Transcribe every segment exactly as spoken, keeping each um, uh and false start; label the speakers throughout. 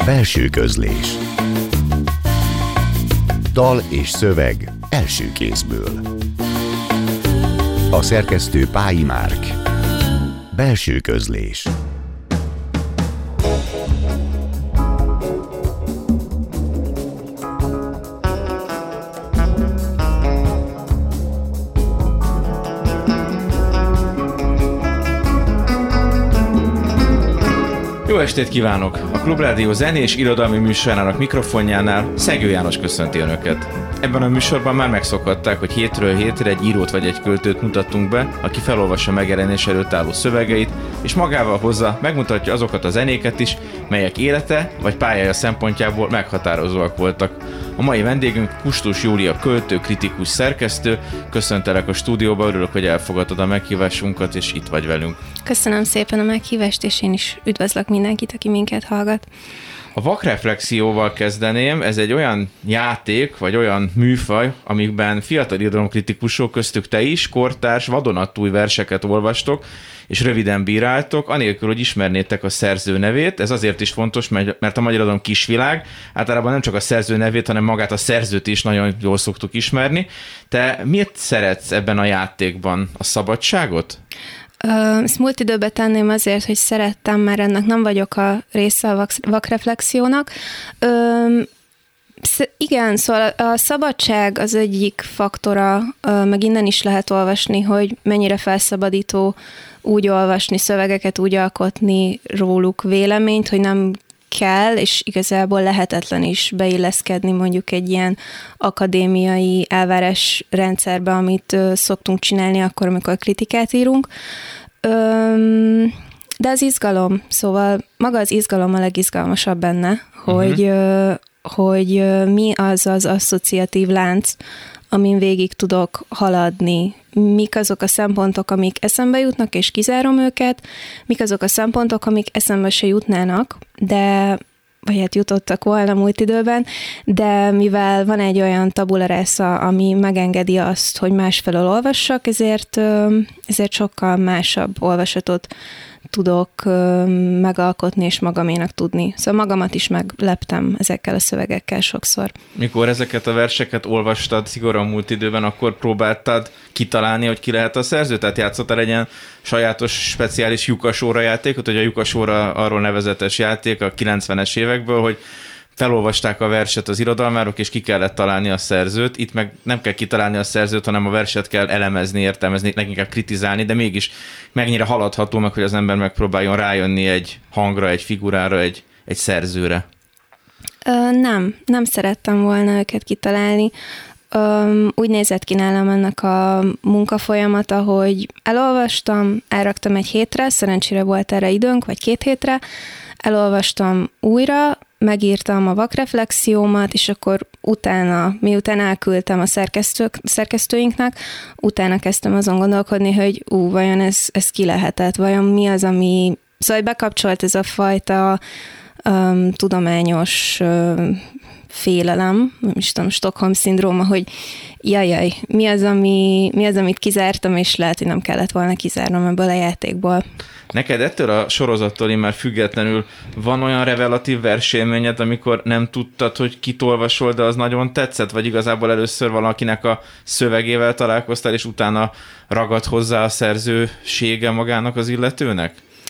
Speaker 1: Belső közlés. Dal és szöveg első kézből. A szerkesztő Pályi Márk. Belső közlés.
Speaker 2: Jó estét kívánok! A Klubrádió zenés irodalmi műsorának mikrofonjánál Szegő János köszönti Önöket. Ebben a műsorban már megszokhatták, hogy hétről hétre egy írót vagy egy költőt mutattunk be, aki felolvassa megjelenés előtt álló szövegeit, és magával hozza, megmutatja azokat a zenéket is, melyek élete vagy pályája szempontjából meghatározóak voltak. A mai vendégünk Kustus Júlia költő, kritikus, szerkesztő. Köszöntelek a stúdióba, örülök, hogy elfogadod a meghívásunkat, és itt vagy velünk.
Speaker 3: Köszönöm szépen a meghívást, és én is üdvözlök mindenkit, aki minket hallgat.
Speaker 2: A vakreflexióval kezdeném, ez egy olyan játék, vagy olyan műfaj, amikben fiatal irodalomkritikusok, köztük te is, kortárs, vadonatúj verseket olvastok, és röviden bíráltok, anélkül, hogy ismernétek a szerző nevét. Ez azért is fontos, mert a magyar irodalom kisvilág, általában nem csak a szerző nevét, hanem magát a szerzőt is nagyon jól szoktuk ismerni. Te miért szeretsz ebben a játékban? A szabadságot?
Speaker 3: Ezt múlt időben tenném azért, hogy szerettem, mert ennek nem vagyok a része a vakreflexiónak. Igen, szóval a szabadság az egyik faktora, meg innen is lehet olvasni, hogy mennyire felszabadító úgy olvasni szövegeket, úgy alkotni róluk véleményt, hogy nem kell, és igazából lehetetlen is beilleszkedni mondjuk egy ilyen akadémiai elvárás rendszerbe, amit szoktunk csinálni akkor, amikor kritikát írunk. De az izgalom, szóval maga az izgalom a legizgalmasabb benne, hogy, uh-huh. hogy mi az az asszociatív lánc, amin végig tudok haladni, mik azok a szempontok, amik eszembe jutnak, és kizárom őket, mik azok a szempontok, amik eszembe se jutnának, de vagy hát jutottak volna múlt időben, de mivel van egy olyan tabula rasa, ami megengedi azt, hogy másfelől olvassak, ezért, ezért sokkal másabb olvasatot tudok megalkotni és magaménak tudni. Szóval magamat is megleptem ezekkel a szövegekkel sokszor. Mikor
Speaker 2: ezeket a verseket olvastad szigorúan múlt időben, akkor próbáltad kitalálni, hogy ki lehet a szerző? Tehát játszottál egy ilyen sajátos, speciális lyukasóra játékot, hogy a lyukasóra arról nevezetes játék a kilencvenes évekből, hogy felolvasták a verset az irodalmárok, és ki kellett találni a szerzőt. Itt meg nem kell kitalálni a szerzőt, hanem a verset kell elemezni, értelmezni, leginkább kritizálni, de mégis mennyire haladható meg, hogy az ember megpróbáljon rájönni egy hangra, egy figurára, egy, egy szerzőre.
Speaker 3: Ö, nem, nem szerettem volna őket kitalálni. Ö, úgy nézett ki nálam ennek a munkafolyamata, hogy elolvastam, elraktam egy hétre, szerencsére volt erre időnk, vagy két hétre, elolvastam újra, megírtam a vakreflexiómat, és akkor utána, miután elküldtem a szerkesztők, szerkesztőinknek, utána kezdtem azon gondolkodni, hogy ú, vajon ez, ez ki lehetett, vajon mi az, ami... Szóval bekapcsolt ez a fajta um, tudományos um, félelem, nem is tudom, Stockholm-szindróma, hogy jajjaj, mi az, ami, mi az, amit kizártam, és lehet, hogy nem kellett volna kizárnom ebből a játékból.
Speaker 2: Neked ettől a sorozattól én már függetlenül van olyan revelatív versélményed, amikor nem tudtad, hogy kit olvasol, de az nagyon tetszett, vagy igazából először valakinek a szövegével találkoztál, és utána ragadt hozzá a szerzősége magának az illetőnek?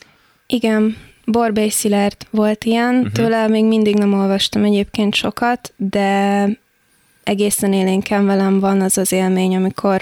Speaker 3: Igen, Borbély Szilárd volt ilyen, uh-huh. Tőle még mindig nem olvastam egyébként sokat, de egészen élénken velem van az az élmény, amikor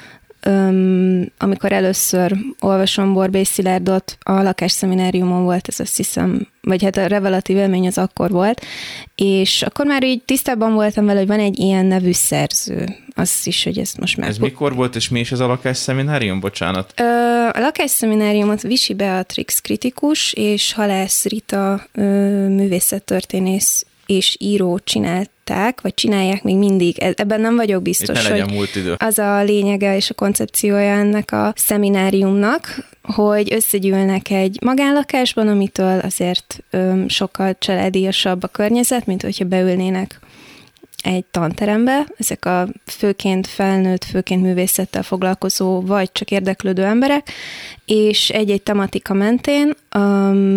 Speaker 3: Öm, amikor először olvasom Borbély Szilárdot, a lakásszemináriumon volt, ez azt hiszem, vagy hát a revelatív élmény az akkor volt, és akkor már így tisztában voltam vele, hogy van egy ilyen nevű szerző. Az is, hogy ezt most már...
Speaker 2: Ez mikor volt, és mi is az a lakásszeminárium? Bocsánat.
Speaker 3: Ö, a lakásszemináriumot Visi Beatrix kritikus, és Halász Rita ö, művészettörténész és író csinálták, vagy csinálják még mindig. Ebben nem vagyok biztos,
Speaker 2: hogy múlt idő.
Speaker 3: Az a lényege és a koncepciója ennek a szemináriumnak, hogy összegyűlnek egy magánlakásban, amitől azért ö, sokkal családiasabb a környezet, mint hogyha beülnének egy tanterembe. Ezek a főként felnőtt, főként művészettel foglalkozó, vagy csak érdeklődő emberek, és egy-egy tematika mentén um,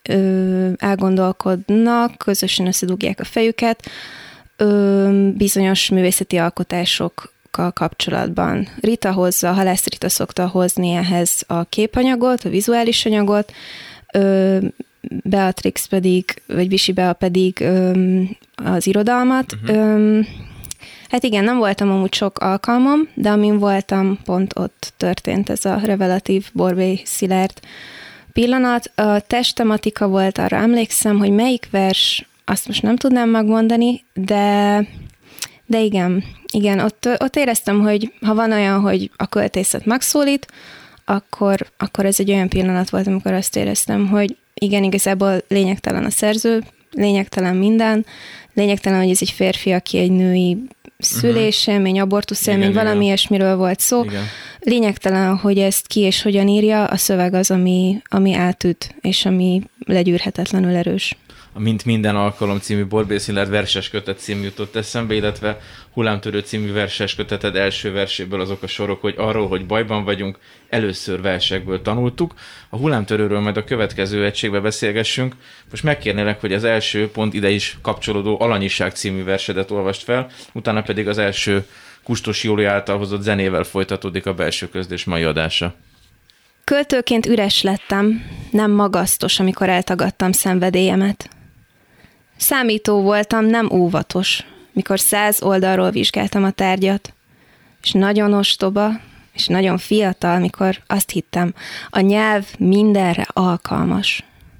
Speaker 3: ö, elgondolkodnak, közösen összedugják a fejüket ö, bizonyos művészeti alkotásokkal kapcsolatban. Rita hozza, Halász Rita szokta hozni ehhez a képanyagot, a vizuális anyagot, ö, Beatrix pedig, vagy Visi Bea pedig ö, az irodalmat. Uh-huh. Ö, hát igen, nem voltam amúgy sok alkalmam, de amin voltam, pont ott történt ez a revelatív Borbély Szilárd pillanat. A testtematika volt, arra emlékszem, hogy melyik vers, azt most nem tudnám megmondani, de, de igen, igen, ott, ott éreztem, hogy ha van olyan, hogy a költészet megszólít, akkor, akkor ez egy olyan pillanat volt, amikor azt éreztem, hogy igen, igazából lényegtelen a szerző, lényegtelen minden, lényegtelen, hogy ez egy férfi, aki egy női szülésélmény, abortuszélmény, valami igen. ilyesmiről volt szó. Igen. Lényegtelen, hogy ezt ki és hogyan írja, a szöveg az, ami, ami átüt, és ami legyűrhetetlenül erős.
Speaker 2: A Mint minden alkalom című Borbély Szilárd verses kötet cím jutott eszembe, illetve Hullámtörő című verses köteted első verséből azok a sorok, hogy arról, hogy bajban vagyunk, először versekből tanultuk. A Hullámtörőről majd a következő egységbe beszélgessünk. Most megkérnélek, hogy az első pont ide is kapcsolódó Alanyiság című versedet olvast fel, utána pedig az első Kustos Júlia által hozott zenével folytatódik a Belső Közlés mai adása.
Speaker 3: Költőként üres lettem, nem magasztos, amikor eltagadtam szenvedélyemet. Számító voltam, nem óvatos, mikor száz oldalról vizsgáltam a tárgyat, és nagyon ostoba, és nagyon fiatal, mikor azt hittem, a nyelv mindenre alkalmas.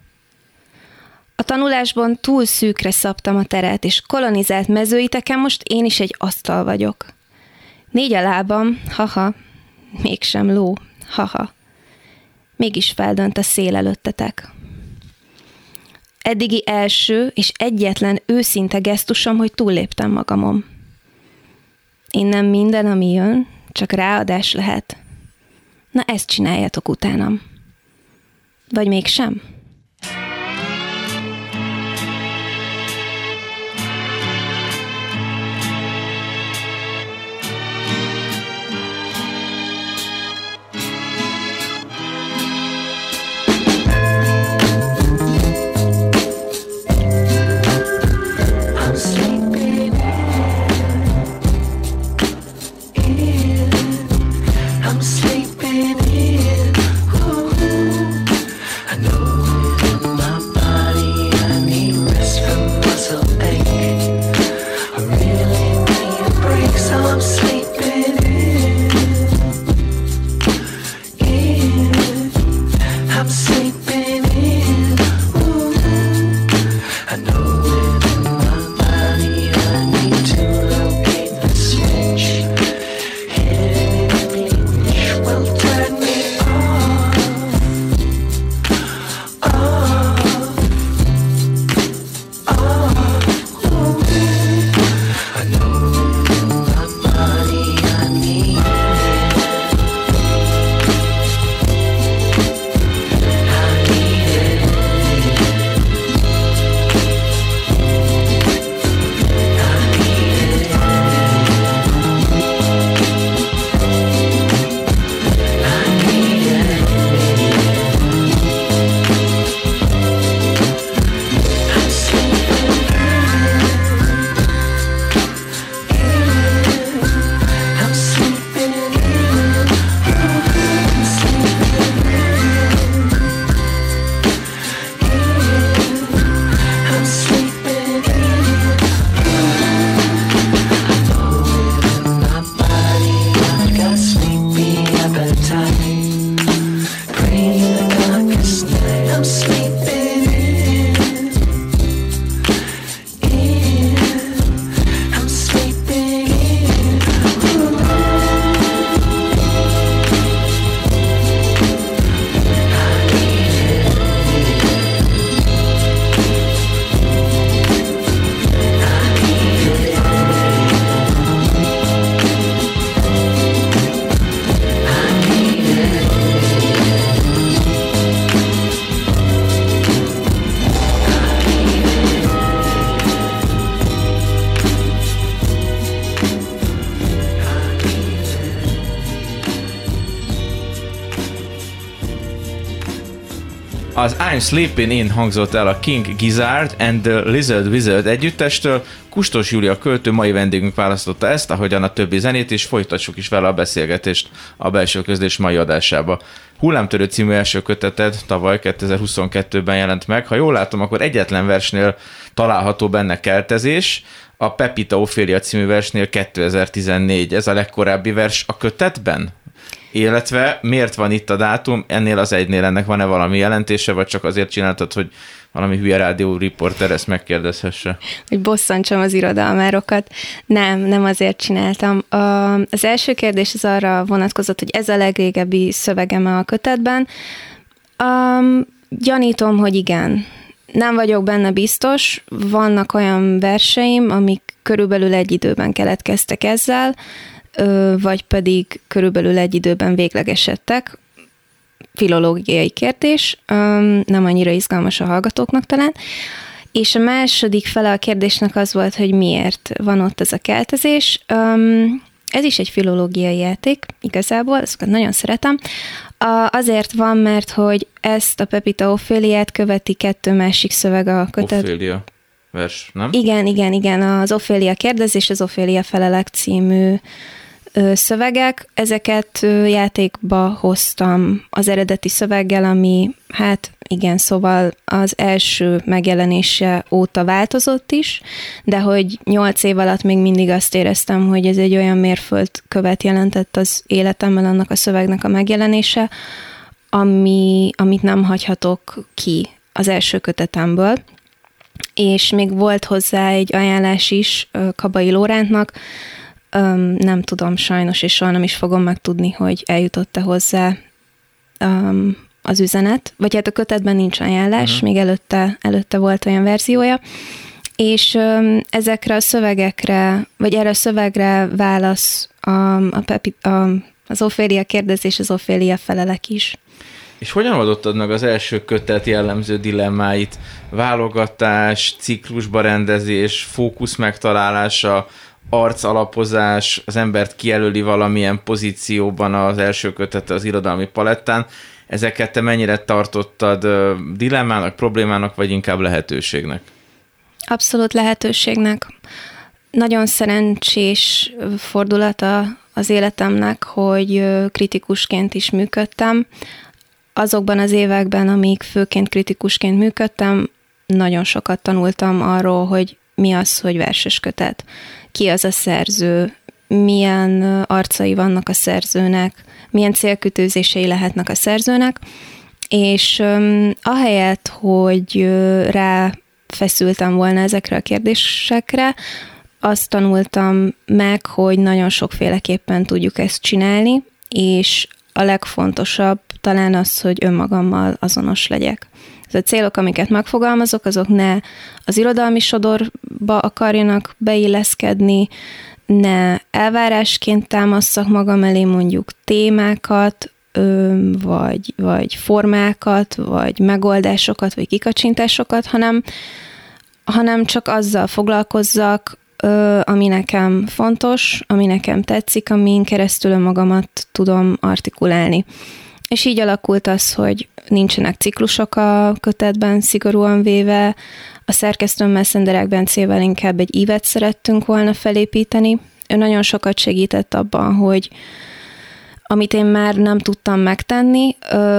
Speaker 3: A tanulásban túl szűkre szabtam a teret, és kolonizált mezőiteken most én is egy asztal vagyok. Négy a lábam, haha, mégsem ló, haha. Mégis feldönt a szél előttetek. Eddigi első és egyetlen őszinte gesztusom, hogy túlléptem magamon. Innen minden, ami jön, csak ráadás lehet. Na ezt csináljátok utánam. Vagy mégsem?
Speaker 4: I'm sleeping in. Ooh, I know.
Speaker 2: Az I'm Sleeping In hangzott el a King Gizzard and the Lizard Wizard együttestől. Kustos Júlia költő mai vendégünk választotta ezt, ahogyan a többi zenét is, folytassuk is vele a beszélgetést a Belső Közlés mai adásába. Hullámtörő című első köteted tavaly kétezer-huszonkettőben jelent meg. Ha jól látom, akkor egyetlen versnél található benne keltezés, a Pepita Ophelia című versnél kétezer-tizennégy. Ez a legkorábbi vers a kötetben? Illetve miért van itt a dátum? Ennél az egynél ennek van-e valami jelentése, vagy csak azért csináltad, hogy valami hülye rádió riporter ezt megkérdezhesse?
Speaker 3: Hogy bosszantsam az irodalmárokat. Nem, nem azért csináltam. Az első kérdés az arra vonatkozott, hogy ez a legrégebbi szövegem a kötetben. Um, gyanítom, hogy igen. Nem vagyok benne biztos. Vannak olyan verseim, amik körülbelül egy időben keletkeztek ezzel, vagy pedig körülbelül egy időben véglegesedtek. Filológiai kérdés, nem annyira izgalmas a hallgatóknak talán. És a második fele a kérdésnek az volt, hogy miért van ott ez a keltezés. Ez is egy filológiai játék, igazából, ezt nagyon szeretem. Azért van, mert hogy ezt a Pepita Opheliát követi kettő másik szöveg a kötet.
Speaker 2: Ophelia vers, nem?
Speaker 3: Igen, igen, igen, az Ophelia kérdezés, az Ophelia felelek című szövegek. Ezeket játékba hoztam az eredeti szöveggel, ami hát igen, szóval az első megjelenése óta változott is, de hogy nyolc év alatt még mindig azt éreztem, hogy ez egy olyan mérföldkövet jelentett az életemben annak a szövegnek a megjelenése, ami, amit nem hagyhatok ki az első kötetemből. És még volt hozzá egy ajánlás is Kabai Lórántnak, Um, nem tudom sajnos, és soha nem is fogom megtudni, hogy eljutott-e hozzá um, az üzenet, vagy hát a kötetben nincs ajánlás, uh-huh. még előtte, előtte volt olyan verziója, és um, ezekre a szövegekre, vagy erre a szövegre válasz um, a Pepi, um, az Ophelia kérdezés, az Ophelia felelek is.
Speaker 2: És hogyan oldottad meg az első kötet jellemző dilemmáit? Válogatás, ciklusba rendezés, fókusz megtalálása, arcalapozás, az embert kijelöli valamilyen pozícióban az első kötete az irodalmi palettán. Ezeket te mennyire tartottad dilemmának, problémának, vagy inkább lehetőségnek?
Speaker 3: Abszolút lehetőségnek. Nagyon szerencsés fordulata az életemnek, hogy kritikusként is működtem. Azokban az években, amíg főként kritikusként működtem, nagyon sokat tanultam arról, hogy mi az, hogy verses kötet. Ki az a szerző, milyen arcai vannak a szerzőnek, milyen célkütőzései lehetnek a szerzőnek, és um, ahelyett, hogy uh, ráfeszültem volna ezekre a kérdésekre, azt tanultam meg, hogy nagyon sokféleképpen tudjuk ezt csinálni, és a legfontosabb talán az, hogy önmagammal azonos legyek. A célok, amiket megfogalmazok, azok ne az irodalmi sodorba akarjanak beilleszkedni, ne elvárásként támasszak magam elé mondjuk témákat, vagy, vagy formákat, vagy megoldásokat, vagy kikacsintásokat, hanem, hanem csak azzal foglalkozzak, ami nekem fontos, ami nekem tetszik, amin keresztül önmagamat tudom artikulálni. És így alakult az, hogy nincsenek ciklusok a kötetben szigorúan véve, a szerkesztőm Messzenderák Bencével inkább egy ívet szerettünk volna felépíteni. Ő nagyon sokat segített abban, hogy amit én már nem tudtam megtenni,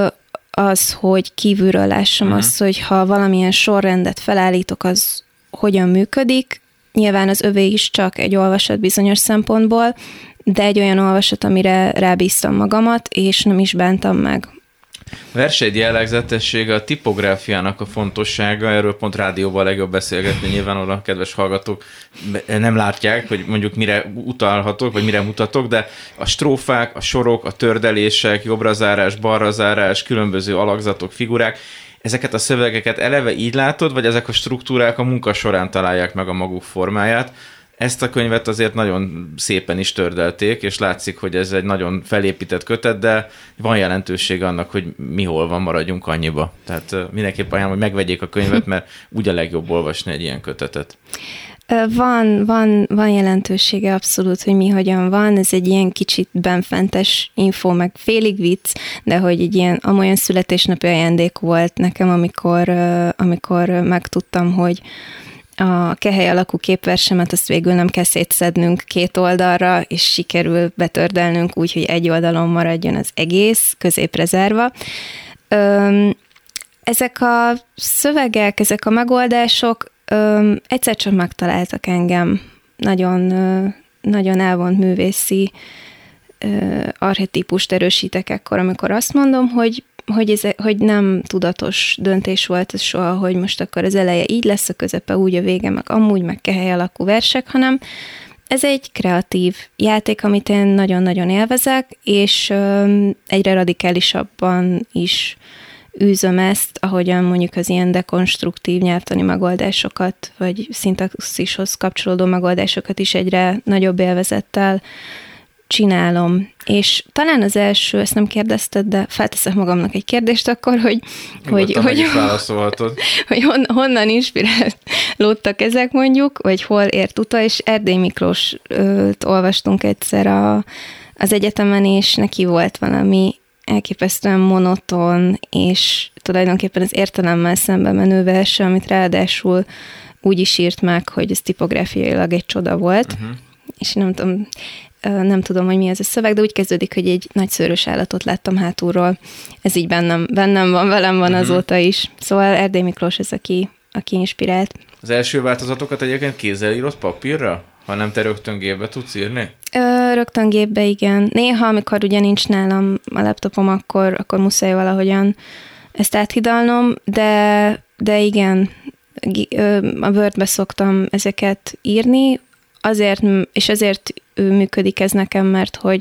Speaker 3: az, hogy kívülről lássam uh-huh. azt, hogy ha valamilyen sorrendet felállítok, az hogyan működik. Nyilván az övé is csak egy olvasat bizonyos szempontból, de egy olyan olvasat, amire rábíztam magamat, és nem is bántam meg.
Speaker 2: Verseid jellegzetessége, a tipográfiának a fontossága, erről pont rádióban legjobb beszélgetni, nyilván a kedves hallgatók nem látják, hogy mondjuk mire utalhatok, vagy mire mutatok, de a strófák, a sorok, a tördelések, jobbrazárás, balrazárás, különböző alakzatok, figurák, ezeket a szövegeket eleve így látod, vagy ezek a struktúrák a munka során találják meg a maguk formáját? Ezt a könyvet azért nagyon szépen is tördelték, és látszik, hogy ez egy nagyon felépített kötet, de van jelentőség annak, hogy mi hol van, maradjunk annyiba. Tehát mindenképp ajánlom, hogy megvegyék a könyvet, mert úgy a legjobb olvasni egy ilyen kötetet.
Speaker 3: Van, van, van jelentősége abszolút, hogy mi hogyan van. Ez egy ilyen kicsit benfentes info, meg félig vicc, de hogy egy ilyen amolyan születésnapi ajándék volt nekem, amikor, amikor megtudtam, hogy a kehely alakú képversemet azt végül nem kell szétszednünk két oldalra, és sikerül betördelnünk úgy, hogy egy oldalon maradjon az egész, középre zárva. Ezek a szövegek, ezek a megoldások Öm, egyszer csak megtaláltak engem nagyon, nagyon elvont művészi ö, archetípust erősítek ekkor, amikor azt mondom, hogy, hogy, ez, hogy nem tudatos döntés volt ez soha, hogy most akkor az eleje így lesz, a közepe úgy, a vége meg amúgy, meg kehely alakú versek, hanem ez egy kreatív játék, amit én nagyon-nagyon élvezek, és ö, egyre radikálisabban is űzöm ezt, ahogyan mondjuk az ilyen dekonstruktív nyelvtani megoldásokat, vagy szintaxishoz kapcsolódó megoldásokat is egyre nagyobb élvezettel csinálom. És talán az első, ezt nem kérdezted, de felteszek magamnak egy kérdést akkor, hogy, hogy, hogy, hogy hon, honnan inspirálódtak ezek mondjuk, vagy hol ért uta, és Erdély Miklóst olvastunk egyszer a, az egyetemen, és neki volt valami elképesztően monoton, és tulajdonképpen az értelemmel szembe menő verse, amit ráadásul úgy is írt meg, hogy ez tipográfiailag egy csoda volt, uh-huh. és nem tudom, nem tudom, hogy mi ez a szöveg, de úgy kezdődik, hogy egy nagy szőrös állatot láttam hátulról. Ez így bennem, bennem van, velem van uh-huh. azóta is. Szóval Erdély Miklós ez, aki, aki inspirált.
Speaker 2: Az első változatokat egyébként kézzel írott papírra? Ha nem te rögtön gépbe tudsz írni?
Speaker 3: Ö, rögtön gépbe, igen. Néha, amikor ugye nincs nálam a laptopom, akkor, akkor muszáj valahogyan ezt áthidalnom, de, de igen, a Wordbe szoktam ezeket írni, azért, és azért működik ez nekem, mert hogy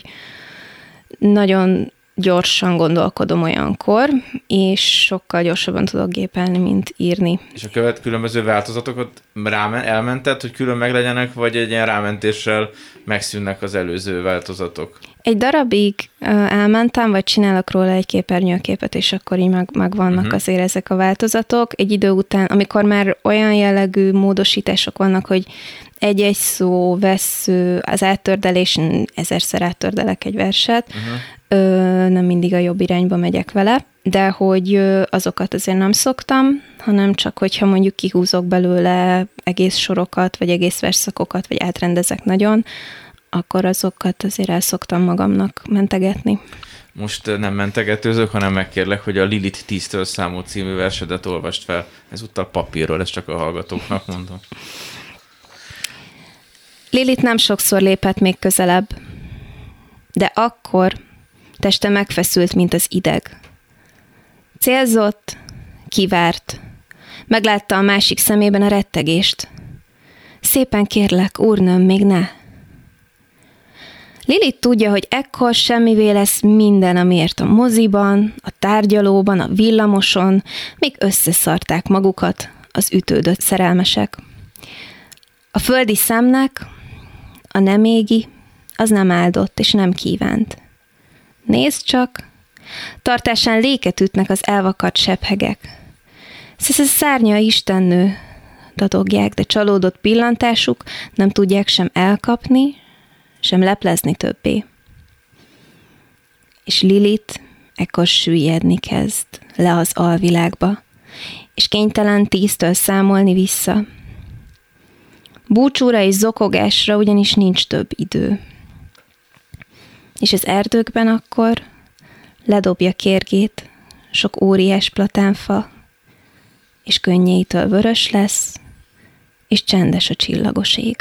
Speaker 3: nagyon gyorsan gondolkodom olyankor, és sokkal gyorsabban tudok gépelni, mint írni. És
Speaker 2: a követ különböző változatokat rámen, elmented, hogy külön meglegyenek, vagy egy ilyen rámentéssel megszűnnek az előző változatok?
Speaker 3: Egy darabig elmentem, vagy csinálok róla egy képernyőképet, és akkor így meg, megvannak uh-huh. azért ezek a változatok. Egy idő után, amikor már olyan jellegű módosítások vannak, hogy egy-egy szó, vessző, az áttördelés, ezerszer áttördelek egy verset, uh-huh. Ö, nem mindig a jobb irányba megyek vele, de hogy azokat azért nem szoktam, hanem csak, hogyha mondjuk kihúzok belőle egész sorokat, vagy egész versszakokat, vagy átrendezek nagyon, akkor azokat azért el szoktam magamnak mentegetni.
Speaker 2: Most nem mentegetőzök, hanem megkérlek, hogy a Lilith tíztől számú című versedet olvast fel. Ezúttal papírról, ezt csak a hallgatóknak mondom.
Speaker 3: Lilith nem sokszor lépett még közelebb, de akkor teste megfeszült, mint az ideg. Célzott, kivárt, meglátta a másik szemében a rettegést. Szépen kérlek, úrnőm, még ne. Lilith tudja, hogy ekkor semmivé lesz minden, amiért a moziban, a tárgyalóban, a villamoson még összeszarták magukat az ütődött szerelmesek. A földi szemnek, a nem égi, az nem áldott és nem kívánt. Nézd csak, tartásán léket ütnek az elvakadt sebhegek. Szesze szárnya istennő, dadogják, de csalódott pillantásuk nem tudják sem elkapni, sem leplezni többé. És Lilith ekkor süllyedni kezd le az alvilágba, és kénytelen tíztől számolni vissza. Búcsúra és zokogásra ugyanis nincs több idő. És az erdőkben akkor ledobja kérgét sok óriás platánfa, és könnyeitől vörös lesz, és csendes a csillagos ég.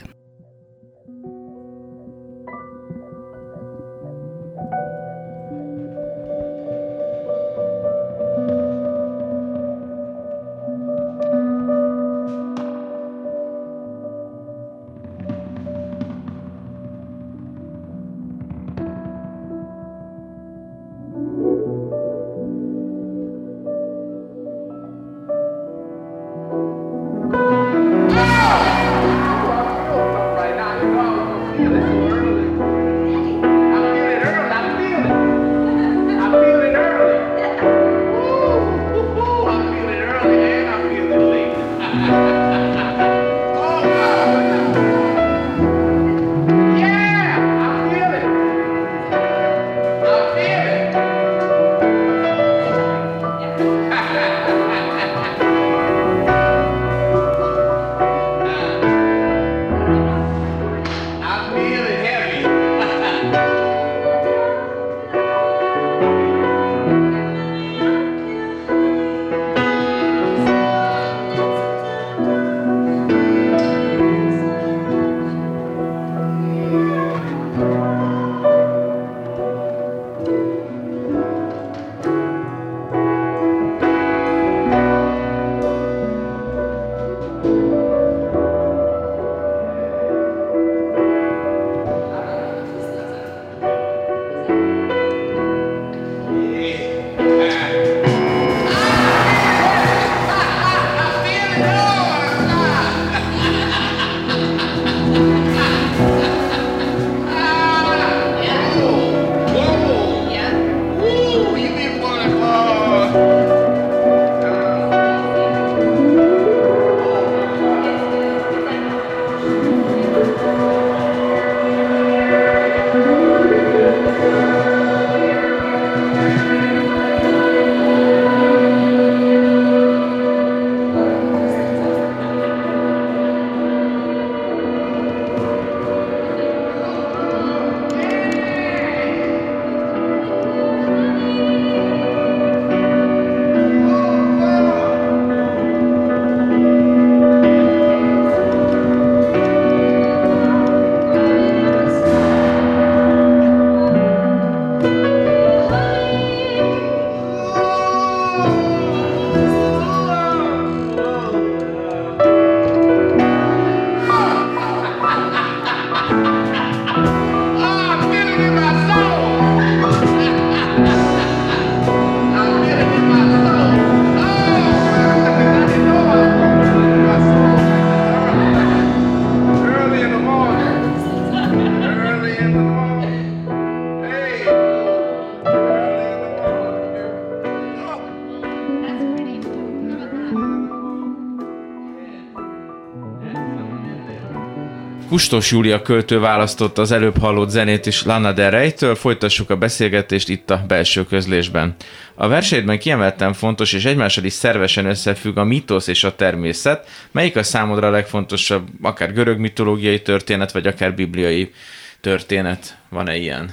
Speaker 2: Kustos Júlia költő választotta az előbb hallott zenét is Lana Del Rey-től, folytassuk a beszélgetést itt a belső közlésben. A verseidben kiemelten fontos és egymással is szervesen összefügg a mítosz és a természet. Melyik a számodra a legfontosabb, akár görög mitológiai történet, vagy akár bibliai történet? Van-e ilyen?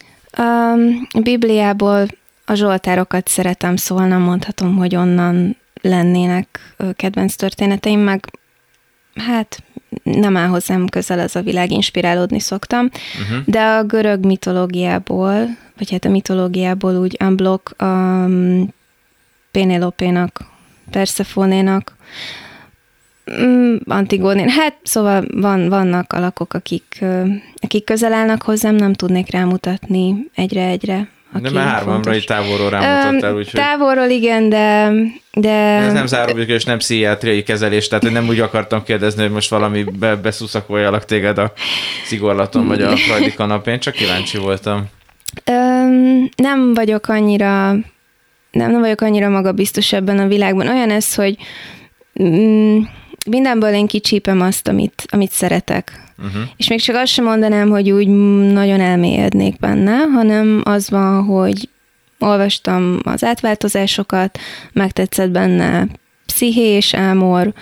Speaker 3: A Bibliából a zsoltárokat szeretem, szóval nem mondhatom, hogy onnan lennének kedvenc történeteim, meg hát nem áll hozzám közel az a világ, inspirálódni szoktam, uh-huh. de a görög mitológiából, vagy hát a mitológiából úgy unblock a Pénélopénak, Persefónénak, Antigónén, hát szóval van, vannak alakok, akik, akik közel állnak hozzám, nem tudnék rámutatni egyre-egyre.
Speaker 2: De már hármamra így távolról rámutattál, úgyhogy...
Speaker 3: Távolról igen, de... de...
Speaker 2: Ez nem záróbizsga és nem pszichiátriai kezelés, tehát hogy nem úgy akartam kérdezni, hogy most valami be, beszuszakoljalak téged a szigorlaton, vagy a freudi kanapén, csak kíváncsi voltam.
Speaker 3: Öm, nem vagyok annyira... Nem, nem vagyok annyira magabiztos ebben a világban. Olyan ez, hogy mm, mindenből én kicsípem azt, amit, amit szeretek. Uh-huh. És még csak azt sem mondanám, hogy úgy nagyon elmélyednék benne, hanem az van, hogy olvastam az átváltozásokat, megtetszett benne psziché és ámor,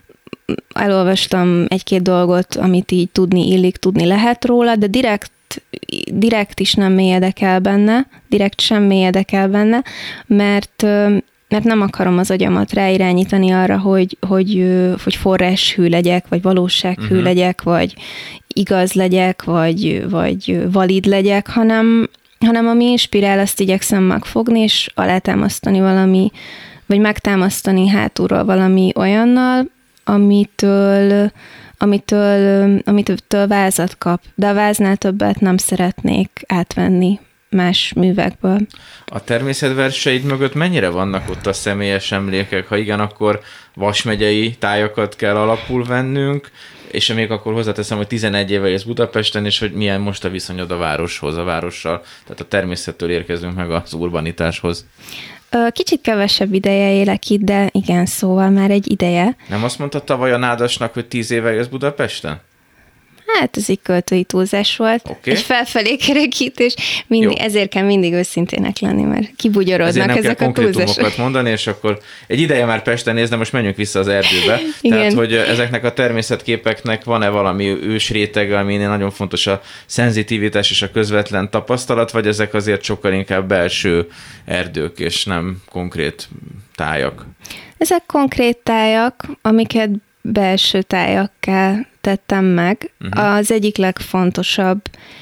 Speaker 3: elolvastam egy-két dolgot, amit így tudni illik, tudni lehet róla, de direkt, direkt is nem mélyedek el benne, direkt sem mélyedek el benne, mert... mert nem akarom az agyamat ráirányítani arra, hogy, hogy, hogy forráshű legyek, vagy valósághű uh-huh. legyek, vagy igaz legyek, vagy, vagy valid legyek, hanem, hanem ami inspirál, azt igyekszem megfogni, és alátámasztani valami, vagy megtámasztani hátulról valami olyannal, amitől, amitől, amitől vázat kap. De a váznál többet nem szeretnék átvenni más művekből.
Speaker 2: A természetverseid mögött mennyire vannak ott a személyes emlékek? Ha igen, akkor Vas megyei tájakat kell alapul vennünk, és még akkor hozzáteszem, hogy tizenegy éve élsz Budapesten, és hogy milyen most a viszonyod a városhoz, a várossal, tehát a természettől érkezünk meg az urbanitáshoz.
Speaker 3: Kicsit kevesebb ideje élek itt, de igen, szóval már egy ideje.
Speaker 2: Nem azt mondtad tavaly a Nádasnak, hogy tíz éve élsz Budapesten?
Speaker 3: Hát ez egy költői túlzás volt. Okay. Egy felfelé kerekítés, mindig, ezért kell mindig őszintének lenni, mert kibugyorodnak ezek a túlzások. Ezért nem kell
Speaker 2: konkrétumokat mondani, és akkor egy ideje már Pesten néz, de most menjünk vissza az erdőbe. Tehát, hogy ezeknek a természetképeknek van-e valami ősrétege, aminél nagyon fontos a szenzitivitás és a közvetlen tapasztalat, vagy ezek azért sokkal inkább belső erdők, és nem konkrét tájak?
Speaker 3: Ezek konkrét tájak, amiket belső tájakká tettem meg. Uh-huh. Az egyik legfontosabb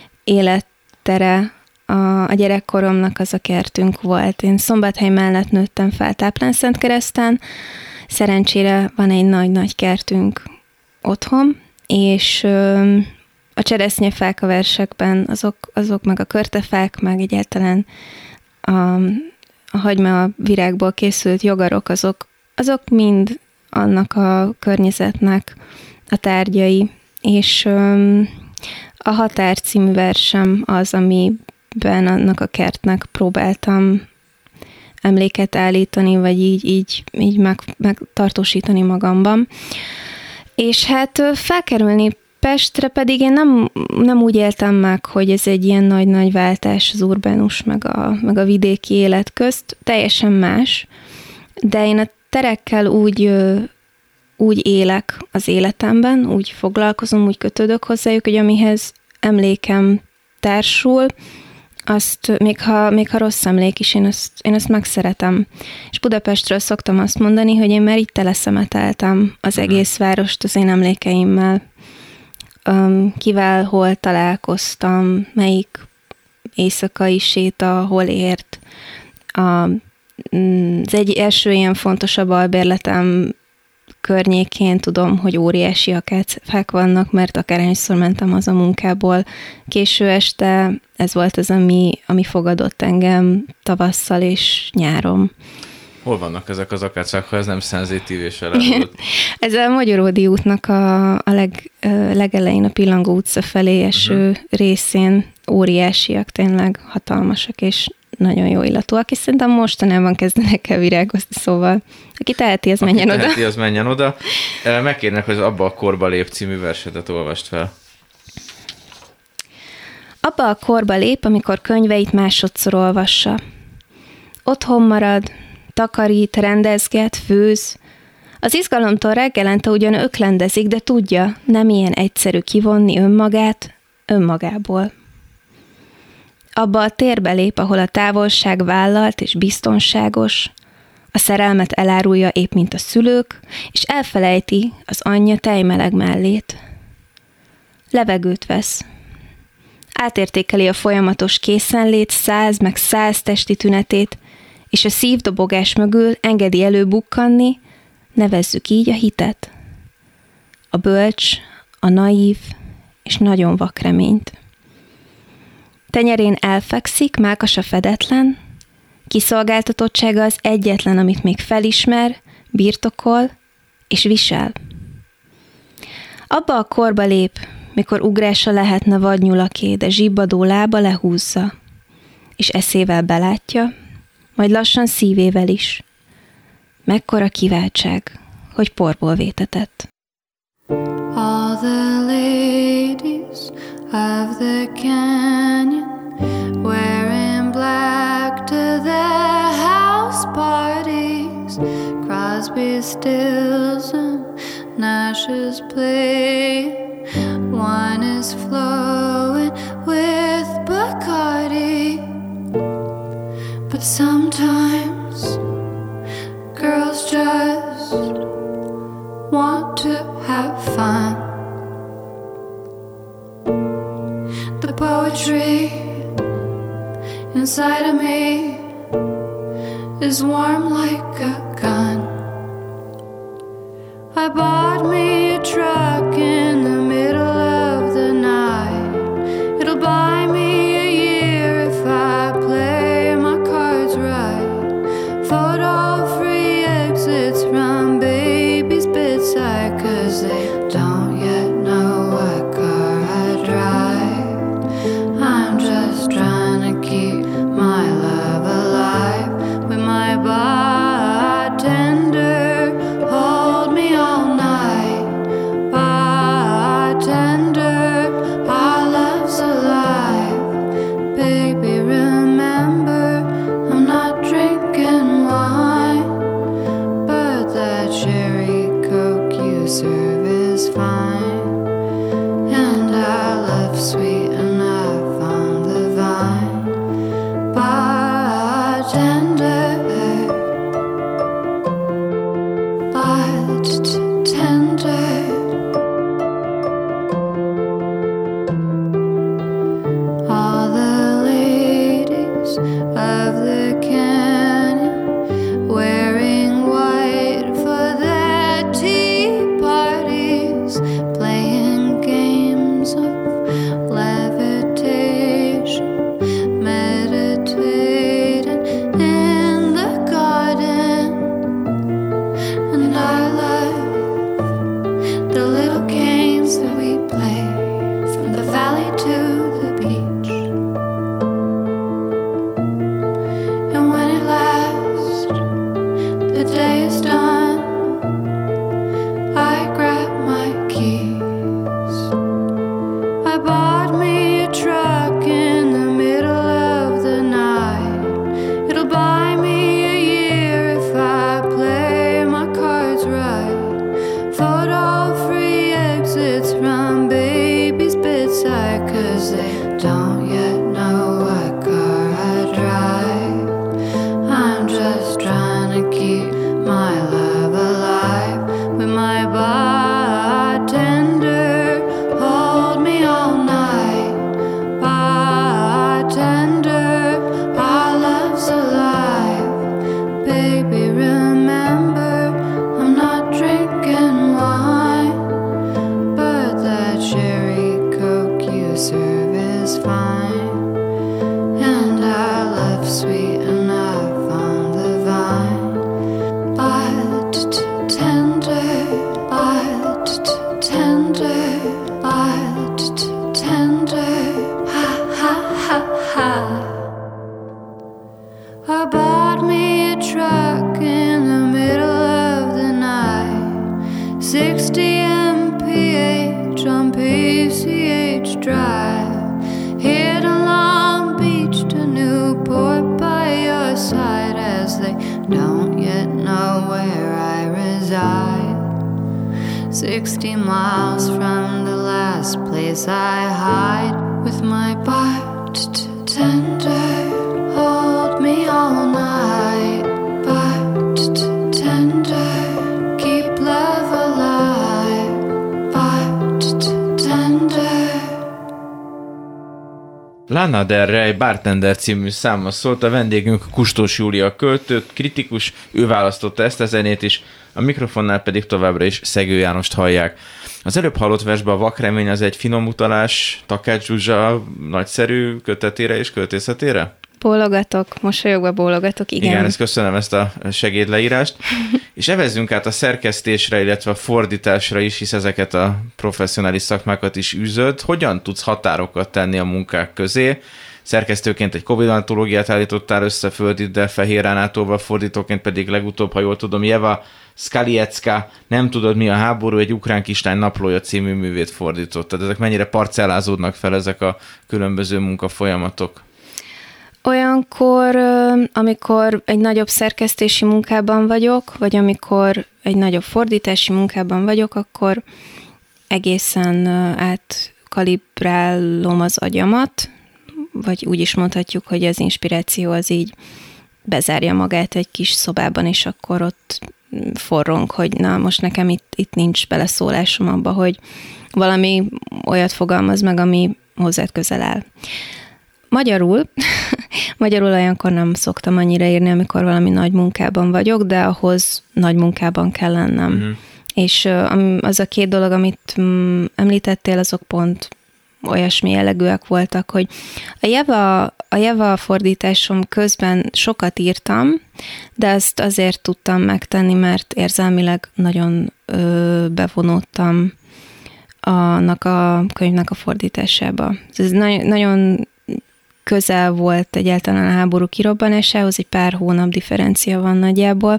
Speaker 3: élettere a, a gyerekkoromnak az a kertünk volt. Én Szombathely mellett nőttem fel Táplán-Szentkereszten. Szerencsére van egy nagy-nagy kertünk otthon, és ö, a cseresznyefák a versekben, azok, azok meg a körtefák, meg egyáltalán a, a hagyma virágból készült jogarok, azok, azok mind annak a környezetnek a tárgyai, és öm, a Határ című versem az, amiben annak a kertnek próbáltam emléket állítani, vagy így, így, így meg, megtartósítani magamban. És hát felkerülni Pestre pedig én nem, nem úgy éltem meg, hogy ez egy ilyen nagy-nagy váltás az urbánus meg a, meg a vidéki élet közt, teljesen más, de én a terekkel úgy, úgy élek az életemben, úgy foglalkozom, úgy kötődök hozzájuk, hogy amihez emlékem társul, azt, még ha, még ha rossz emlék is, én azt, én azt megszeretem. És Budapestről szoktam azt mondani, hogy én már itt teleszemeteltem az egész várost az én emlékeimmel. Kivel, hol találkoztam, melyik éjszakai séta, hol ért. A Az egy első ilyen fontosabb albérletem környékén tudom, hogy óriási akácfák vannak, mert akárhányszor mentem az a munkából. Késő este ez volt az, ami, ami fogadott engem tavasszal és nyáron.
Speaker 2: Hol vannak ezek az akácfák, ha ez nem szenzitív és elárult?
Speaker 3: Ez a Magyaródi útnak a, a leg, legelején, a Pillangó utca felé eső uh-huh. részén óriásiak, tényleg hatalmasak, és nagyon jó illatúak, és szerintem mostanában kezdenek el virágozni, szóval aki teheti, az menjen
Speaker 2: aki
Speaker 3: oda.
Speaker 2: teheti, az menjen oda. Megkérnek, hogy abba a korba lép című versetet olvast fel.
Speaker 3: Abba a korba lép, amikor könyveit másodszor olvassa. Otthon marad, takarít, rendezget, főz. Az izgalomtól reggelente ugyan öklendezik, de tudja, nem ilyen egyszerű kivonni önmagát önmagából. Abba a térbe lép, ahol a távolság vállalt és biztonságos, a szerelmet elárulja épp mint a szülők, és elfelejti az anyja tejmeleg mellét. Levegőt vesz. Átértékeli a folyamatos készenlét száz meg száz testi tünetét, és a szívdobogás mögül engedi előbukkanni, nevezzük így a hitet. A bölcs, a naív és nagyon vak reményt. Tenyerén elfekszik, mákasa fedetlen, kiszolgáltatottsága az egyetlen, amit még felismer, birtokol és visel. Abba a korba lép, mikor ugrása lehetne vadnyulaké, de zsibbadó lába lehúzza, és eszével belátja, majd lassan szívével is. Mekkora kiváltság, hogy porból vétetett.
Speaker 4: All the ladies of the canyon wearing black to their house parties. Crosby, Stills and Nash is playing. Wine is flowing with Bacardi. But sometimes girls just want to have fun. The poetry inside of me is warm like a gun. I bought me a truck in the middle of the night. It'll buy me a year if I play my cards right. Photo free exits from baby's bedside, 'cause they don't yet know what car I drive. I'm just trying to keep my love alive with my bartender. Hold me all night, bartender. Our love's alive, baby. Remember, I'm not drinking wine, but that cherry Coke you serve is fine. And our love's sweet enough on the vine, bartender, bartender. All the ladies of the canyon wearing white for their tea parties. Sixty miles from the last place I hide, with my butt tender, hold me all night. Butt tender, keep love alive. Butt tender.
Speaker 2: Lana Del Rey Bartender című számmal szólt, a vendégünk Kustos Júlia költő, kritikus, ő választotta ezt a zenét is, a mikrofonnál pedig továbbra is Szegő Jánost hallják. Az előbb hallott versben a Vakremény az egy finom utalás Takács Zsuzsa nagyszerű kötetére és költészetére?
Speaker 3: Bólogatok, mosolyogva bólogatok, igen.
Speaker 2: Igen, ezt köszönöm, ezt a segédleírást. És evezzünk át a szerkesztésre, illetve a fordításra is, hisz ezeket a professzionális szakmákat is űzöd. Hogyan tudsz határokat tenni a munkák közé? Szerkesztőként egy Covid antológiát állítottál össze Földiddel, Fehér Ánától, fordítóként pedig legutóbb, ha jól tudom, Jeva Skaliecka, Nem tudod mi a háború, egy ukrán kislány naplója című művét fordítottad. Ezek mennyire parcellázódnak fel, ezek a különböző munkafolyamatok?
Speaker 3: Olyankor, amikor egy nagyobb szerkesztési munkában vagyok, vagy amikor egy nagyobb fordítási munkában vagyok, akkor egészen átkalibrálom az agyamat, vagy úgy is mondhatjuk, hogy az inspiráció az így bezárja magát egy kis szobában, és akkor ott forrong, hogy na, most nekem itt, itt nincs beleszólásom abba, hogy valami olyat fogalmaz meg, ami hozzád közel áll. Magyarul, magyarul olyankor nem szoktam annyira írni, amikor valami nagy munkában vagyok, de ahhoz nagy munkában kell lennem. Uh-huh. És az a két dolog, amit említettél, azok pont olyasmi jellegűek voltak, hogy a Jeva, a Jeva fordításom közben sokat írtam, de ezt azért tudtam megtenni, mert érzelmileg nagyon ö, bevonódtam annak a könyvnek a fordításába. Ez nagyon, nagyon közel volt egyáltalán a háború kirobbanásához, egy pár hónap differencia van nagyjából,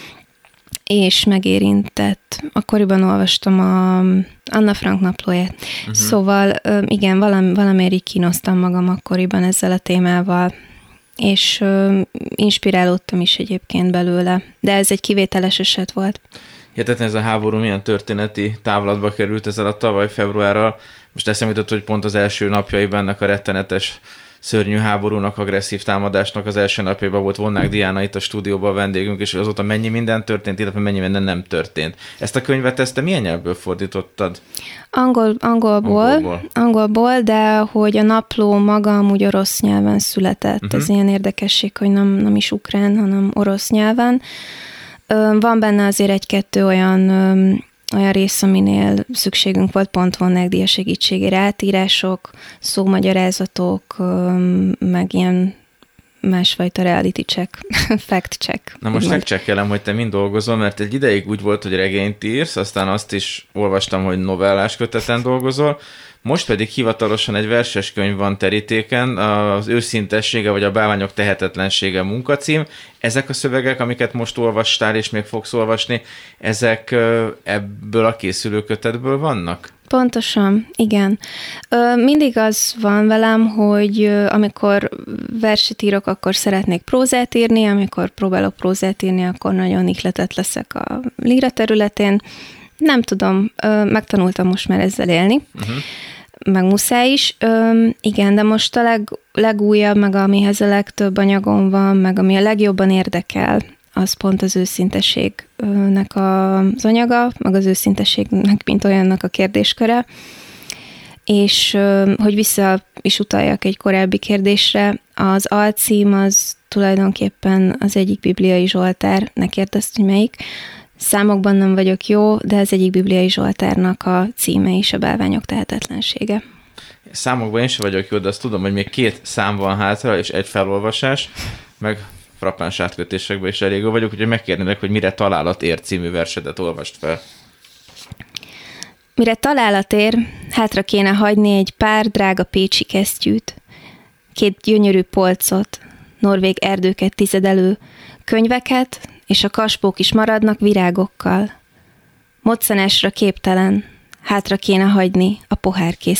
Speaker 3: és megérintett. Akkoriban olvastam a Anna Frank naplóját. Uh-huh. Szóval igen, valami, valamiért így kínoztam magam akkoriban ezzel a témával, és inspirálódtam is egyébként belőle, de ez egy kivételes eset volt.
Speaker 2: Hihetetlen, ez a háború milyen történeti távlatba került ezzel a tavaly februárral. Most eszembe jutott, hogy pont az első napjaiban ennek a rettenetes szörnyű háborúnak, agresszív támadásnak az első napjában volt Vonnák Diana itt a stúdióban a vendégünk, és azóta mennyi minden történt, illetve mennyi minden nem történt. Ezt a könyvet, ezt te milyen nyelvből fordítottad?
Speaker 3: Angol, angolból, angolból, angolból, de hogy a napló maga amúgy orosz nyelven született. Uh-huh. Ez ilyen érdekesség, hogy nem, nem is ukrán, hanem orosz nyelven. Van benne azért egy-kettő olyan olyan rész, aminél szükségünk volt pont Vonnák Díja segítségére, átírások, szómagyarázatok, meg ilyen másfajta reality check, fact check.
Speaker 2: Na most megcsekkelem, hogy te mind dolgozol, mert egy ideig úgy volt, hogy regényt írsz, aztán azt is olvastam, hogy novellás köteten dolgozol, most pedig hivatalosan egy verses könyv van terítéken, az Őszintessége vagy a bálványok tehetetlensége munkacím. Ezek a szövegek, amiket most olvastál és még fogsz olvasni, ezek ebből a készülő kötetből vannak?
Speaker 3: Pontosan, igen. Mindig az van velem, hogy amikor verset írok, akkor szeretnék prózát írni, amikor próbálok prózát írni, akkor nagyon ihletett leszek a líra területén. Nem tudom, megtanultam most már ezzel élni. Uh-huh. Meg muszáj is. Ö, igen, de most a leg, legújabb, meg amihez a legtöbb anyagom van, meg ami a legjobban érdekel, az pont az őszinteségnek az anyaga, meg az őszinteségnek, mint olyannak a kérdésköre. És ö, hogy vissza is utaljak egy korábbi kérdésre, az alcím az tulajdonképpen az egyik bibliai zsoltár, ne kérdezd, hogy melyik. Számokban nem vagyok jó, de ez egyik bibliai zsoltárnak a címe is, a bálványok tehetetlensége.
Speaker 2: Számokban én sem vagyok jó, de azt tudom, hogy még két szám van hátra, és egy felolvasás, meg frappáns átkötésekben is elég jó vagyok, úgyhogy megkérnélek, hogy Mire találat ér című versedet olvast fel.
Speaker 3: Mire találat ér, hátra kéne hagyni egy pár drága pécsi kesztyűt, két gyönyörű polcot, norvég erdőket tizedelő, könyveket, és a kaspók is maradnak virágokkal. Moccanásra képtelen, hátra kéne hagyni a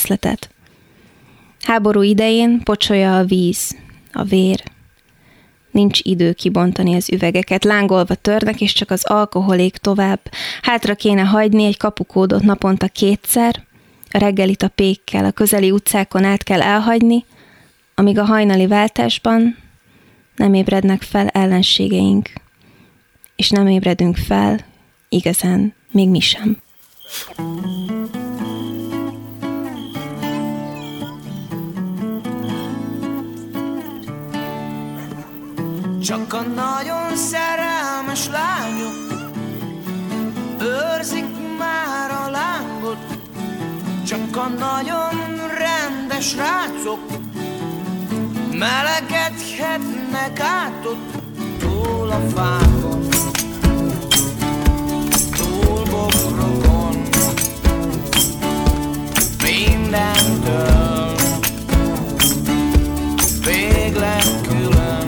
Speaker 3: pohárkészletet. Háború idején pocsolya a víz, a vér. nincs idő kibontani az üvegeket, lángolva törnek, és csak az alkoholék tovább. Hátra kéne hagyni egy kapukódot naponta kétszer, a reggelit a pékkel, a közeli utcákon át kell elhagyni, amíg a hajnali váltásban nem ébrednek fel ellenségeink, és nem ébredünk fel igazán, még mi sem.
Speaker 5: Csak a nagyon szerelmes lányok őrzik már a lángot, csak a nagyon rendes rácok melegedhetnek át ott túl a fákon, túl bokrokon, mindentől végleg külön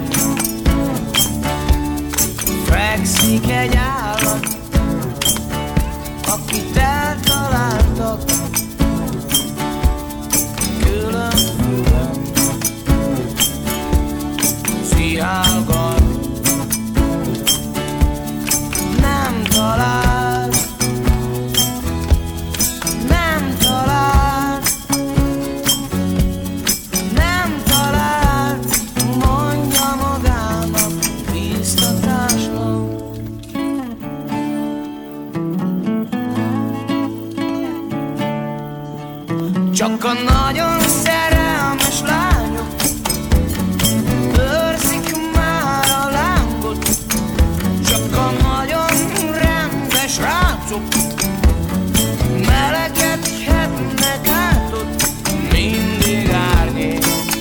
Speaker 5: fekszik egy állat, akit eltaláltak külön-külön, szijálgat, nem talál, nem talál, nem talál, mondja magának biztatásnak. Csak a nagyon szerelmes lányok őrzik már a lángot, csak a nagyon rendes rácok melegedhetnek át ott mindig árnyék,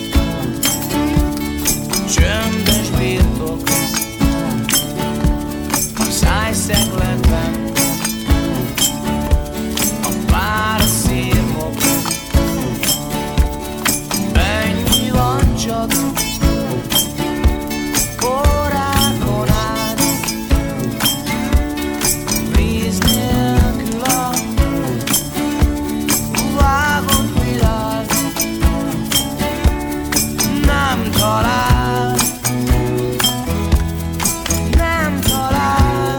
Speaker 5: csöndes birtok a szájszegletben, a párasszirmok. Ennyi van csak órákon át, víz nélkül a vágott világ. Nem talál, nem talál,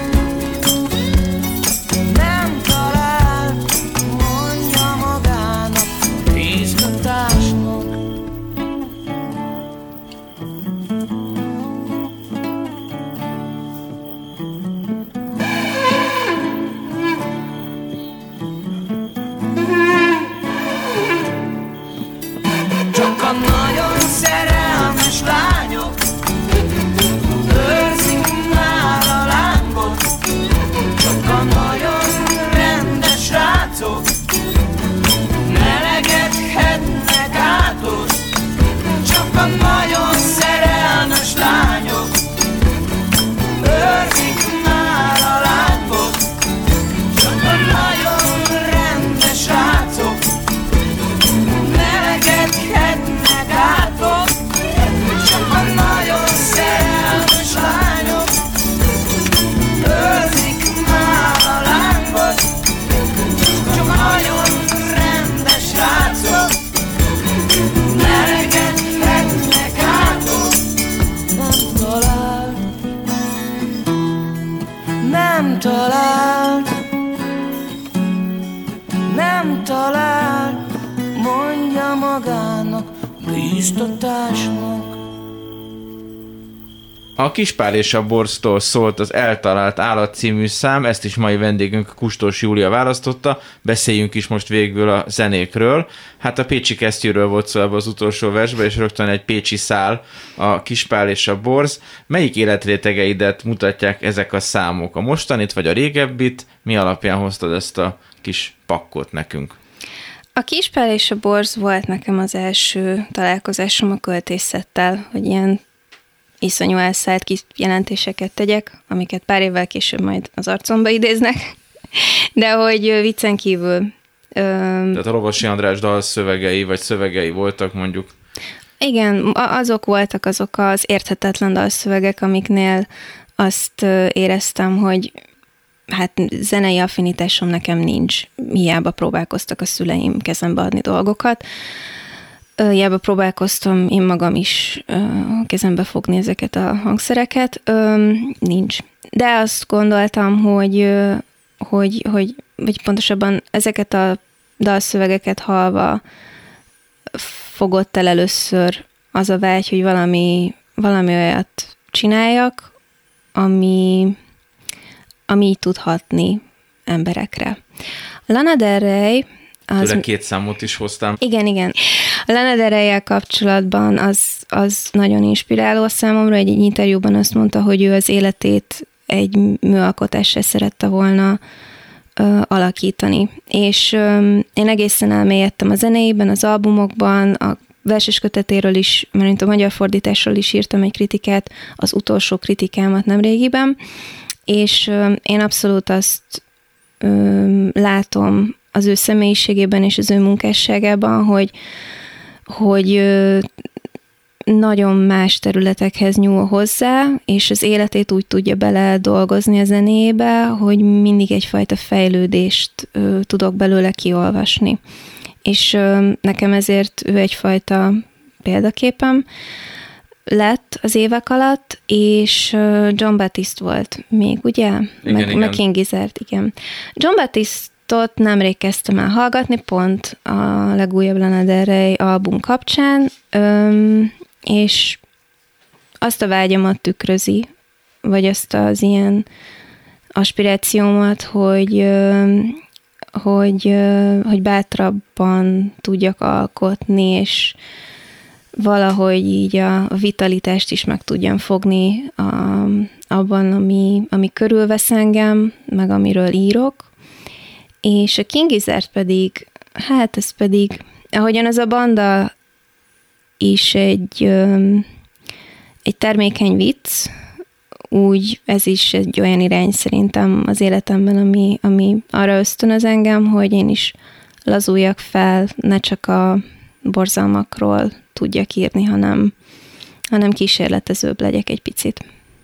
Speaker 5: nem talál, mondja magának biztatásnak. Csak a nagyon szerelmes lányok őrzik már a lángot, csak a nagyon rendes rácok melegedhetnek át ott, csak a nagyon szerelmes lányok őrzik már a lángot, csak a nagyon rendes rácok melegedhetnek át ott, csak a nagyon szerelmes lányok őrzik már a lángot, csak a nagyon rendes rácok melegedhetnek át ott. Nem talál, nem talál, nem talál, mondja magának biztatásnak.
Speaker 2: A Kispál és a Borztól szólt az Eltalált állat című szám, ezt is mai vendégünk Kustos Júlia választotta, beszéljünk is most végül a zenékről. Hát a pécsi kesztyűről volt szó ebben az utolsó versben, és rögtön egy pécsi szál, a Kispál és a Borz. Melyik életrétegeidet mutatják ezek a számok? A mostanit vagy a régebbit? Mi alapján hoztad ezt a kis pakkot nekünk?
Speaker 3: A Kispál és a Borz volt nekem az első találkozásom a költészettel, hogy ilyen iszonyú elszállt kis jelentéseket tegyek, amiket pár évvel később majd az arcomba idéznek, de hogy viccen kívül. Ö...
Speaker 2: Tehát a Lovasi András dalszövegei, vagy szövegei voltak mondjuk?
Speaker 3: Igen, azok voltak azok az érthetetlen dalszövegek, amiknél azt éreztem, hogy hát zenei affinitásom nekem nincs. Hiába próbálkoztak a szüleim kezembe adni dolgokat. Jába próbálkoztam én magam is kezembe fogni ezeket a hangszereket. Nincs. De azt gondoltam, hogy, hogy, hogy, hogy pontosabban ezeket a dalszövegeket hallva fogott el először az a vágy, hogy valami, valami olyat csináljak, ami, ami így tud hatni emberekre. Lana Del Rey az...
Speaker 2: Tőle két számot is hoztam.
Speaker 3: Igen, igen. A Lana Del Rey-jel kapcsolatban az, az nagyon inspiráló számomra. Egy, egy interjúban azt mondta, hogy ő az életét egy műalkotással szerette volna ö, alakítani. És ö, én egészen elmélyedtem a zenéjében, az albumokban, a verses kötetéről is, mert a magyar fordításról is írtam egy kritikát, az utolsó kritikámat nemrégiben, és ö, én abszolút azt ö, látom az ő személyiségében és az ő munkásságában, hogy, hogy ö, nagyon más területekhez nyúl hozzá, és az életét úgy tudja bele dolgozni a zenébe, hogy mindig egyfajta fejlődést ö, tudok belőle kiolvasni. És ö, nekem ezért ő egyfajta példaképem lett az évek alatt, és John Batiste volt még, ugye?
Speaker 2: Igen,
Speaker 3: meg,
Speaker 2: igen.
Speaker 3: meg King Gizzard, igen. John Batiste-ot nemrég kezdtem el hallgatni, pont a legújabb Lana Del Rey album kapcsán, öm, és azt a vágyamat tükrözi, vagy azt az ilyen aspirációmat, hogy, öm, hogy, öm, hogy bátrabban tudjak alkotni, és valahogy így a vitalitást is meg tudjam fogni a, abban, ami, ami körülvesz engem, meg amiről írok. És a King Gizzard pedig, hát ez pedig, ahogyan az a banda is egy, egy termékeny vicc, úgy ez is egy olyan irány szerintem az életemben, ami, ami arra ösztönöz engem, hogy én is lazuljak fel, ne csak a borzalmakról tudjak írni, hanem, hanem kísérletezőbb legyek egy picit.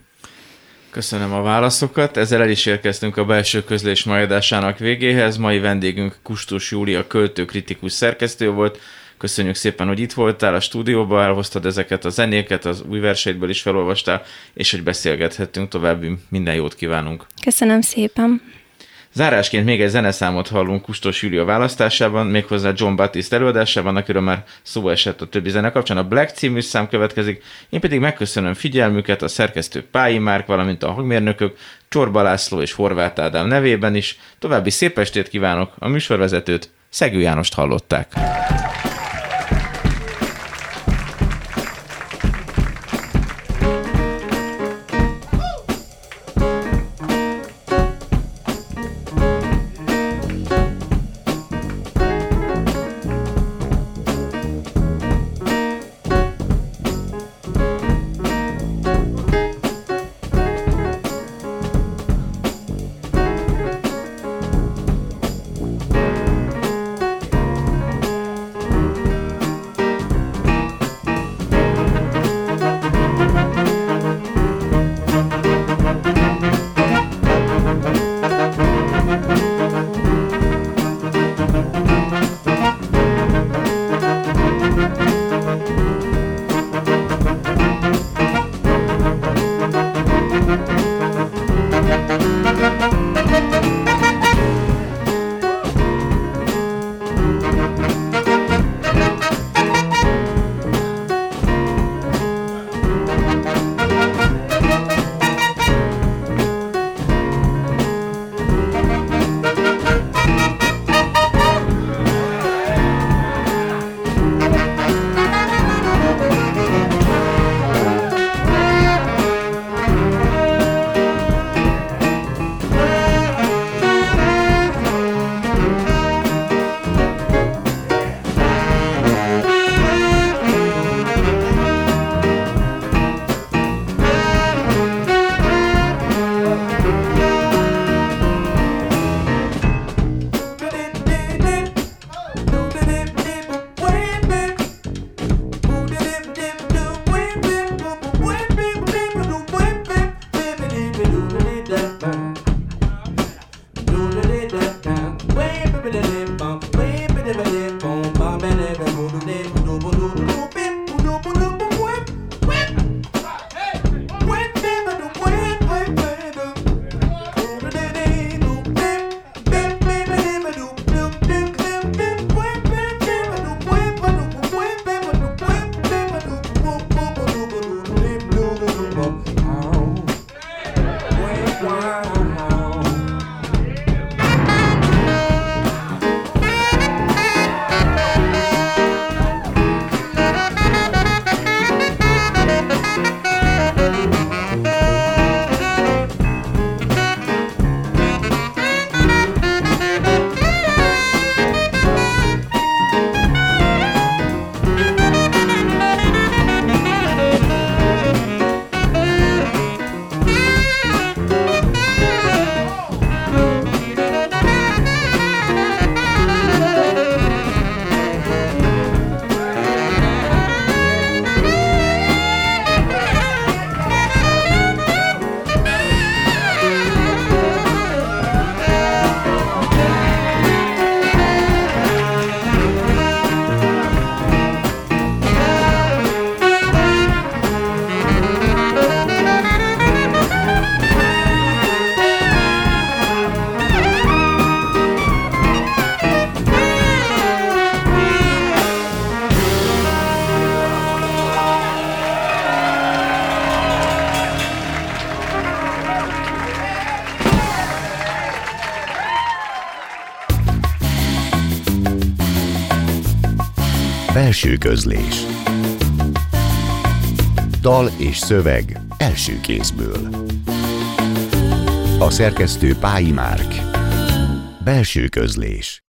Speaker 2: Köszönöm a válaszokat. Ezzel el is érkeztünk a belső közlés mai adásának végéhez. Mai vendégünk Kustos Júlia költő, kritikus, szerkesztő volt. Köszönjük szépen, hogy itt voltál a stúdióban, elhoztad ezeket a zenéket, az új verseidből is felolvastál, és hogy beszélgethettünk, további minden jót kívánunk.
Speaker 3: Köszönöm szépen.
Speaker 2: Zárásként még egy zeneszámot hallunk Kustos Júlia választásában, méghozzá John Batiste előadásában, akiről már szó esett a többi zene kapcsán. A Black című szám következik, én pedig megköszönöm figyelmüket a szerkesztő Pályi Márk, valamint a hangmérnökök Csorba László és Horváth Ádám nevében is. További szép estét kívánok, a műsorvezetőt, Szegő Jánost hallották. Way, baby,
Speaker 1: Belső közlés. Dal és szöveg első kézből. A szerkesztő Pályi Márk. Belső közlés.